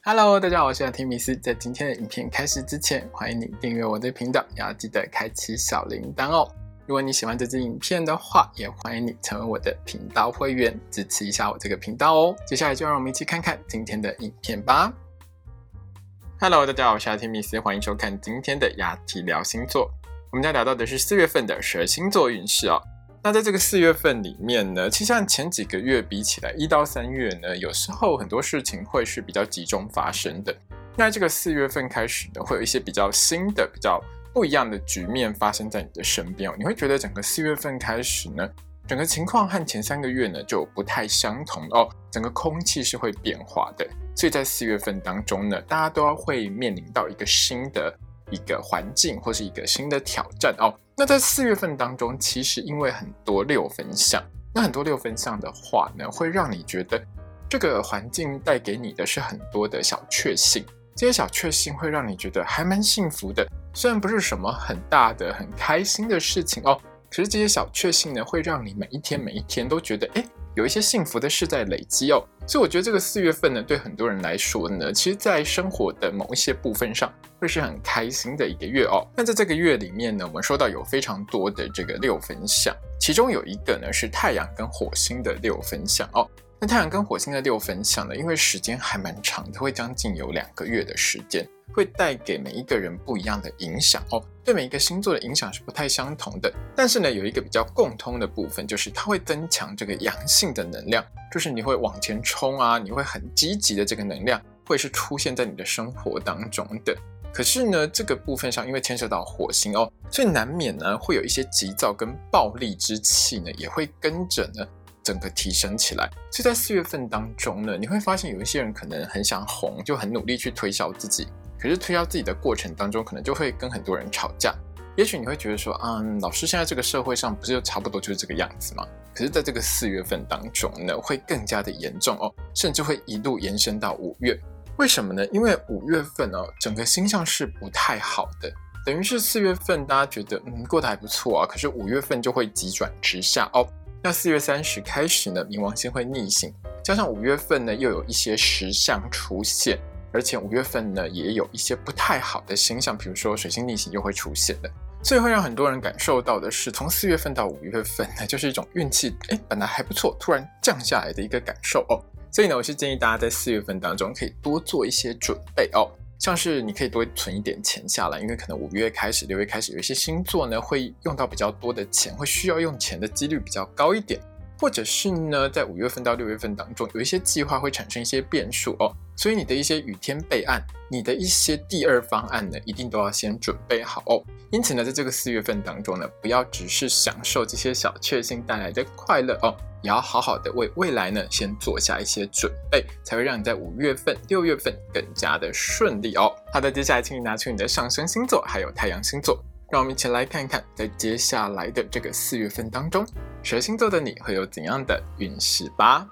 Hello， 大家好，我是阿提米斯。在今天的影片开始之前，欢迎你订阅我的频道，也要记得开启小铃铛哦。如果你喜欢这支影片的话，也欢迎你成为我的频道会员，支持一下我这个频道哦。接下来就让我们一起看看今天的影片吧。Hello， 大家好，我是阿提米斯，欢迎收看今天的雅提聊星座。我们要聊到的是4月份的12星座运势哦。那在这个4月份里面呢，其实和前几个月比起来，1到3月呢，有时候很多事情会是比较集中发生的。那这个4月份开始呢，会有一些比较新的、比较不一样的局面发生在你的身边哦。你会觉得整个4月份开始呢，整个情况和前3个月呢就不太相同哦，整个空气是会变化的。所以在4月份当中呢，大家都会面临到一个新的一个环境或是一个新的挑战哦。那在4月份当中，其实因为很多6分相，那很多6分相的话呢，会让你觉得这个环境带给你的是很多的小确幸，这些小确幸会让你觉得还蛮幸福的，虽然不是什么很大的很开心的事情哦，可是这些小确幸呢，会让你每一天都觉得有一些幸福的事在累积哦。所以我觉得这个4月份呢，对很多人来说呢，其实在生活的某一些部分上会是很开心的一个月哦。那在这个月里面呢，我们说到有非常多的这个6分相，其中有一个呢是太阳跟火星的6分相哦。那太阳跟火星的6分相呢，因为时间还蛮长的，会将近有2个月的时间，会带给每一个人不一样的影响哦。对每一个星座的影响是不太相同的，但是呢，有一个比较共通的部分，就是它会增强这个阳性的能量，就是你会往前冲啊，你会很积极的这个能量会是出现在你的生活当中的。可是呢，这个部分上因为牵涉到火星哦，所以难免呢会有一些急躁跟暴力之气呢，也会跟着呢整个提升起来。所以在4月份当中呢，你会发现有一些人可能很想红，就很努力去推销自己，可是推销自己的过程当中，可能就会跟很多人吵架。也许你会觉得说，老师现在这个社会上不是就差不多就是这个样子吗？可是在这个4月份当中呢，会更加的严重哦，甚至会一路延伸到5月。为什么呢？因为5月份哦，整个星象是不太好的，等于是4月份大家觉得过得还不错啊，可是5月份就会急转直下哦。那4月30开始呢，冥王星会逆行，加上5月份呢又有一些实相出现，而且5月份呢也有一些不太好的星象，比如说水星逆行又会出现的，所以会让很多人感受到的是，从4月份到5月份呢，就是一种运气本来还不错，突然降下来的一个感受哦。所以呢，我是建议大家在4月份当中可以多做一些准备哦，像是你可以多存一点钱下来，因为可能5月开始、6月开始有一些星座呢会用到比较多的钱，会需要用钱的几率比较高一点，或者是呢在5月份到6月份当中有一些计划会产生一些变数哦，所以你的一些雨天备案，你的一些第二方案呢，一定都要先准备好哦。因此呢，在这个4月份当中呢，不要只是享受这些小确幸带来的快乐哦，也要好好的为未来呢先做下一些准备，才会让你在5月份、6月份更加的顺利哦。好的，接下来请你拿出你的上升星座还有太阳星座，让我们一起来看看，在接下来的这个4月份当中，12星座的你会有怎样的运势吧。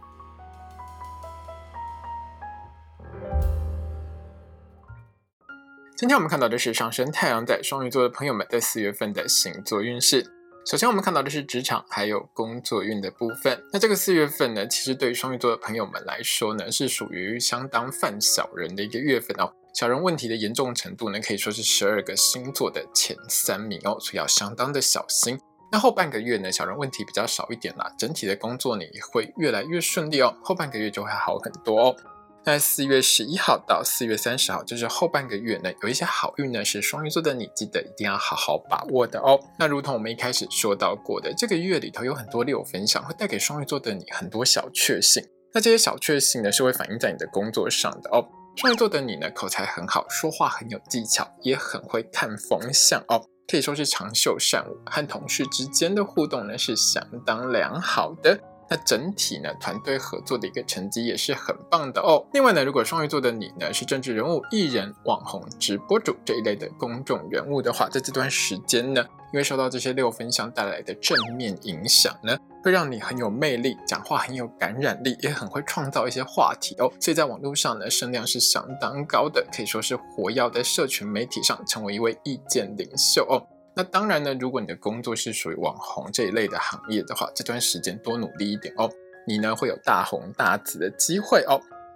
今天我们看到的是上升太阳在双鱼座的朋友们在4月份的星座运势。首先我们看到的是职场还有工作运的部分。那这个4月份呢，其实对于双鱼座的朋友们来说呢，是属于相当犯小人的一个月份哦。小人问题的严重程度呢，可以说是12个星座的前3名哦，所以要相当的小心。那后半个月呢，小人问题比较少一点啦，整体的工作呢也会越来越顺利哦，后半个月就会好很多哦。那4月11号到4月30号，就是后半个月呢，有一些好运呢，是双鱼座的你记得一定要好好把握的哦。那如同我们一开始说到过的，这个月里头有很多6分相，会带给双鱼座的你很多小确幸。那这些小确幸呢，是会反映在你的工作上的哦。双鱼座的你呢，口才很好，说话很有技巧，也很会看风向哦，可以说是长袖善舞，和同事之间的互动呢是相当良好的。那整体呢，团队合作的一个成绩也是很棒的哦。另外呢，如果双鱼座的你呢是政治人物、艺人、网红、直播主这一类的公众人物的话，在这段时间呢，因为受到这些6分相带来的正面影响呢，会让你很有魅力，讲话很有感染力，也很会创造一些话题哦。所以在网络上呢，声量是相当高的，可以说是活跃的社群媒体上成为一位意见领袖哦。那当然呢，如果你的工作是属于网红这一类的行业的话，这段时间多努力一点哦，你呢会有大红大紫的机会哦。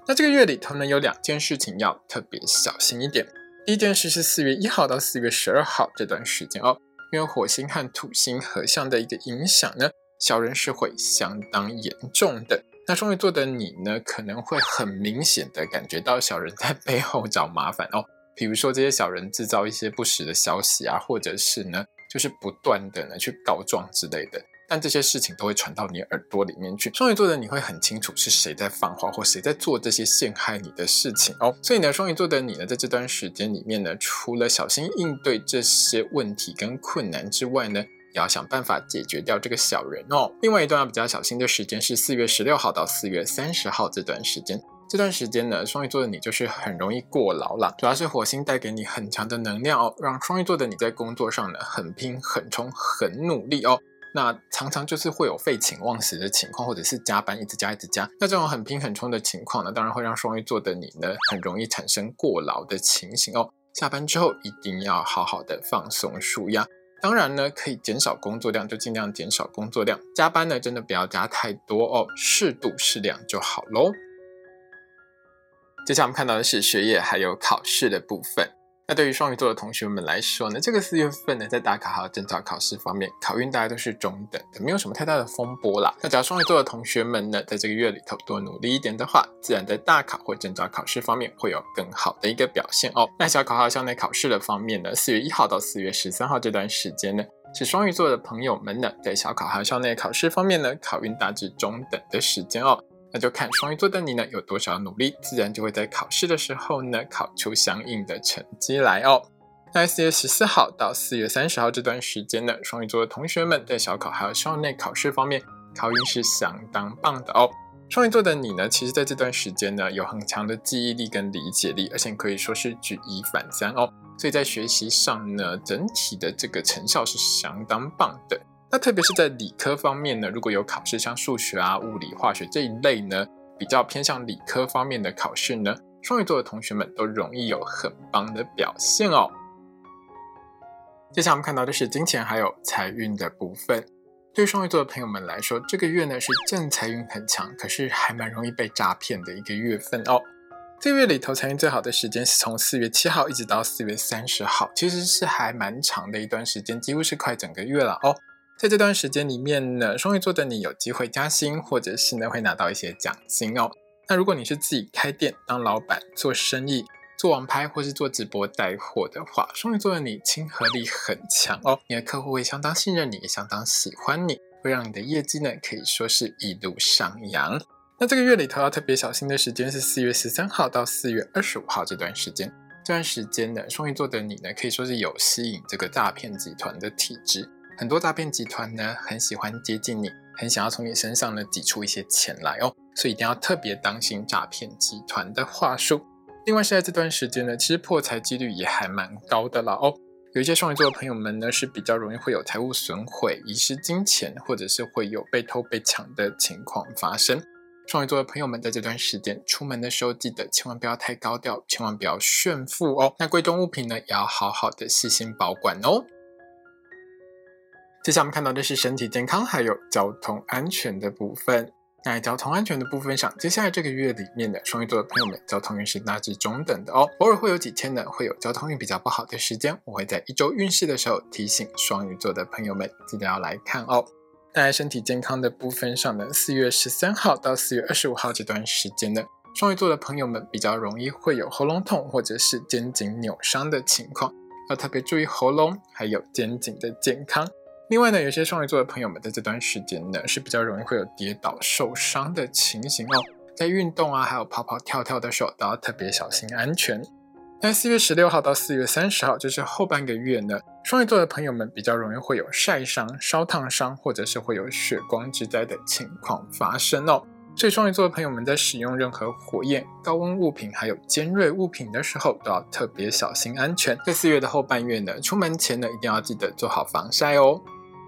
那这个月里头呢，有2件事情要特别小心一点。第一件事是4月1号到4月12号这段时间哦，因为火星和土星合相的一个影响呢，小人是会相当严重的。那双鱼座的你呢，可能会很明显的感觉到小人在背后找麻烦哦，比如说这些小人制造一些不实的消息啊，或者是呢，就是不断的呢去告状之类的。但这些事情都会传到你耳朵里面去，双鱼座的你会很清楚是谁在放话或谁在做这些陷害你的事情哦。所以呢，双鱼座的你呢，在这段时间里面呢，除了小心应对这些问题跟困难之外呢，也要想办法解决掉这个小人哦。另外一段要比较小心的时间是4月16号到4月30号这段时间。这段时间呢，双鱼座的你就是很容易过劳啦，主要是火星带给你很强的能量哦，让双鱼座的你在工作上呢很拼、很冲、很努力哦。那常常就是会有废寝忘食的情况，或者是加班一直加。那这种很拼很冲的情况呢，当然会让双鱼座的你呢，很容易产生过劳的情形哦。下班之后一定要好好的放松舒压。当然呢，可以减少工作量就尽量减少工作量，加班呢真的不要加太多哦，适度适量就好咯。接下来我们看到的是学业还有考试的部分。那对于双鱼座的同学们来说呢，这个4月份呢，在大考还有证照考试方面，考运大家都是中等的，没有什么太大的风波啦。那只要双鱼座的同学们呢，在这个月里头多努力一点的话，自然在大考或证照考试方面会有更好的一个表现哦。那小考还有校内考试的方面呢，4月1号到4月13号这段时间呢，是双鱼座的朋友们呢，在小考还有校内考试方面呢，考运大致中等的时间哦。那就看双鱼座的你呢有多少努力，自然就会在考试的时候呢考出相应的成绩来哦。那4月14号到4月30号这段时间呢，双鱼座的同学们在小考还有校内考试方面考运是相当棒的哦。双鱼座的你呢，其实在这段时间呢有很强的记忆力跟理解力，而且可以说是举一反三哦，所以在学习上呢整体的这个成效是相当棒的。那特别是在理科方面呢，如果有考试像数学啊、物理、化学这一类呢，比较偏向理科方面的考试呢，双鱼座的同学们都容易有很棒的表现哦。接下来我们看到的是金钱还有财运的部分。对于双鱼座的朋友们来说，这个月呢是正财运很强，可是还蛮容易被诈骗的一个月份哦。这个月里头财运最好的时间是从4月7号一直到4月30号，其实是还蛮长的一段时间，几乎是快整个月了哦。在这段时间里面呢，双鱼座的你有机会加薪，或者是呢会拿到一些奖金哦。那如果你是自己开店当老板做生意，做网拍或是做直播带货的话，双鱼座的你亲和力很强哦，你的客户会相当信任你，也相当喜欢你，会让你的业绩呢可以说是一路上扬。那这个月里头要特别小心的时间是4月13号到4月25号这段时间。这段时间呢，双鱼座的你呢可以说是有吸引这个诈骗集团的体质。很多诈骗集团呢很喜欢接近你，很想要从你身上呢挤出一些钱来哦，所以一定要特别当心诈骗集团的话术。另外是在这段时间呢，其实破财几率也还蛮高的啦哦。有一些双鱼座的朋友们呢是比较容易会有财务损毁、遗失金钱，或者是会有被偷被抢的情况发生。双鱼座的朋友们在这段时间出门的时候，记得千万不要太高调，千万不要炫富哦。那贵重物品呢也要好好的细心保管哦。接下来我们看到的是身体健康还有交通安全的部分。在交通安全的部分上，接下来这个月里面的双鱼座的朋友们，交通运是大致中等的哦。偶尔会有几天呢会有交通运比较不好的时间，我会在1周运势的时候提醒双鱼座的朋友们记得要来看哦。在身体健康的部分上呢，4月13号到4月25号这段时间呢，双鱼座的朋友们比较容易会有喉咙痛或者是肩颈扭伤的情况，要特别注意喉咙还有肩颈的健康。另外呢，有些双鱼座的朋友们在这段时间呢是比较容易会有跌倒受伤的情形哦，在运动啊还有跑跑跳跳的时候都要特别小心安全。在4月16号到4月30号，就是后半个月呢，双鱼座的朋友们比较容易会有晒伤、烧烫伤，或者是会有血光之灾的情况发生哦。所以双鱼座的朋友们在使用任何火焰、高温物品还有尖锐物品的时候都要特别小心安全。在4月的后半月呢，出门前呢一定要记得做好防晒哦。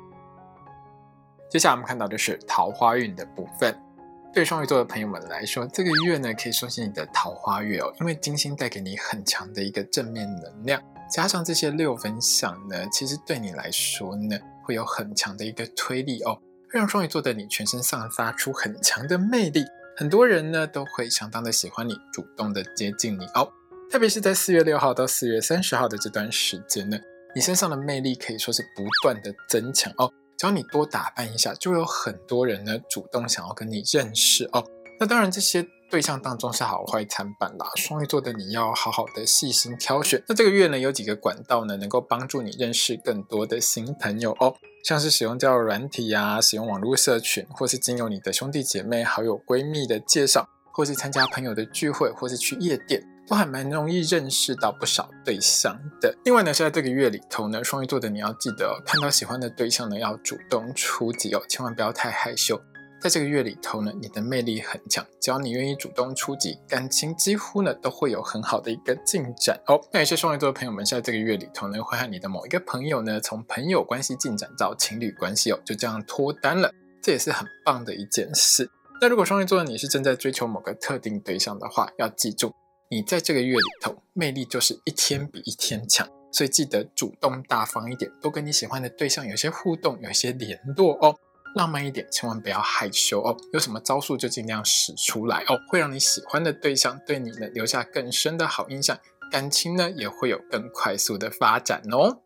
接下来我们看到的是桃花运的部分。对双鱼座的朋友们来说，这个月呢可以说是你的桃花月哦，因为金星带给你很强的一个正面能量，加上这些6分相呢，其实对你来说呢会有很强的一个推力哦，会让双鱼座的你全身散发出很强的魅力， 很多人呢都会相当的喜欢你，主动的接近你哦。特别是在4月6号到4月30号的这段时间呢，你身上的魅力可以说是不断的增强哦。只要你多打扮一下，就有很多人呢主动想要跟你认识哦。那当然这些对象当中是好坏参半啦，双鱼座的你要好好的细心挑选。那这个月呢有几个管道呢能够帮助你认识更多的新朋友哦，像是使用交友软体啊，使用网络社群，或是经由你的兄弟姐妹好友闺蜜的介绍，或是参加朋友的聚会，或是去夜店，都还蛮容易认识到不少对象的。另外呢，是在这个月里头呢，双鱼座的你要记得哦，看到喜欢的对象呢，要主动出击哦，千万不要太害羞。在这个月里头呢，你的魅力很强，只要你愿意主动出击，感情几乎呢都会有很好的一个进展哦。那有些双鱼座的朋友们在这个月里头呢，会和你的某一个朋友呢，从朋友关系进展到情侣关系哦，就这样脱单了，这也是很棒的一件事。那如果双鱼座的你是正在追求某个特定对象的话，要记住，你在这个月里头魅力就是一天比一天强，所以记得主动大方一点，多跟你喜欢的对象有些互动，有些联络哦。浪漫一点，千万不要害羞哦，有什么招数就尽量使出来哦，会让你喜欢的对象对你呢留下更深的好印象，感情呢也会有更快速的发展哦。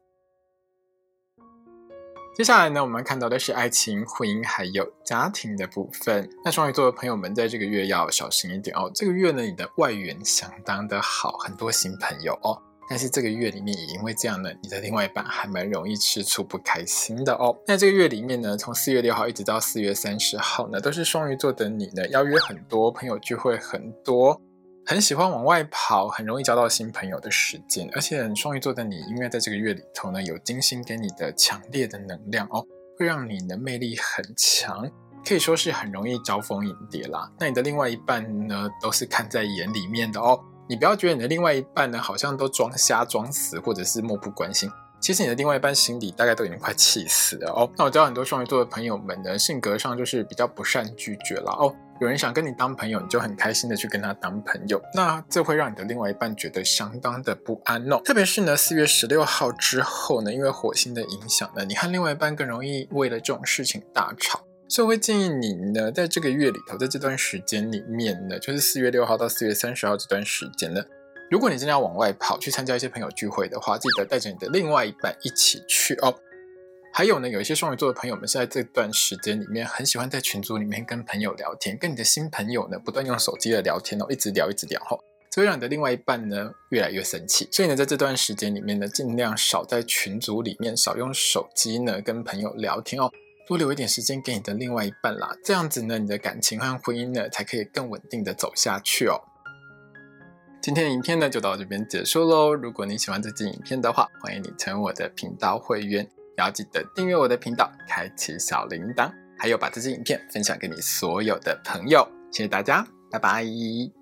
接下来呢，我们看到的是爱情、婚姻还有家庭的部分。那双鱼座的朋友们在这个月要小心一点哦。这个月呢，你的外缘相当的好，很多新朋友哦。但是这个月里面也因为这样呢，你的另外一半还蛮容易吃醋不开心的哦。那这个月里面呢，从4月6号一直到4月30号呢，都是双鱼座的你呢，邀约很多，朋友聚会很多，很喜欢往外跑，很容易交到新朋友的时间。而且双鱼座的你，因为在这个月里头呢，有金星给你的强烈的能量哦，会让你的魅力很强，可以说是很容易招蜂引蝶啦。那你的另外一半呢，都是看在眼里面的哦。你不要觉得你的另外一半呢，好像都装瞎装死，或者是漠不关心。其实你的另外一半心里大概都已经快气死了哦。那我知道很多双鱼座的朋友们呢，性格上就是比较不善拒绝啦哦。有人想跟你当朋友，你就很开心的去跟他当朋友，那这会让你的另外一半觉得相当的不安哦。特别是呢4月16号之后呢，因为火星的影响呢，你和另外一半更容易为了这种事情大吵。所以我会建议你呢，在这个月里头，在这段时间里面呢，就是4月6号到4月30号这段时间呢，如果你真的要往外跑去参加一些朋友聚会的话，记得带着你的另外一半一起去哦。还有呢，有一些双鱼座的朋友们是在这段时间里面很喜欢在群组里面跟朋友聊天，跟你的新朋友呢不断用手机的聊天哦，一直聊哦，这会让你的另外一半呢越来越生气。所以呢，在这段时间里面呢，尽量少在群组里面少用手机呢跟朋友聊天哦。多留一点时间给你的另外一半啦，这样子呢，你的感情和婚姻呢，才可以更稳定的走下去哦。今天的影片呢，就到这边结束咯。如果你喜欢这支影片的话，欢迎你成为我的频道会员，也要记得订阅我的频道，开启小铃铛，还有把这支影片分享给你所有的朋友。谢谢大家，拜拜。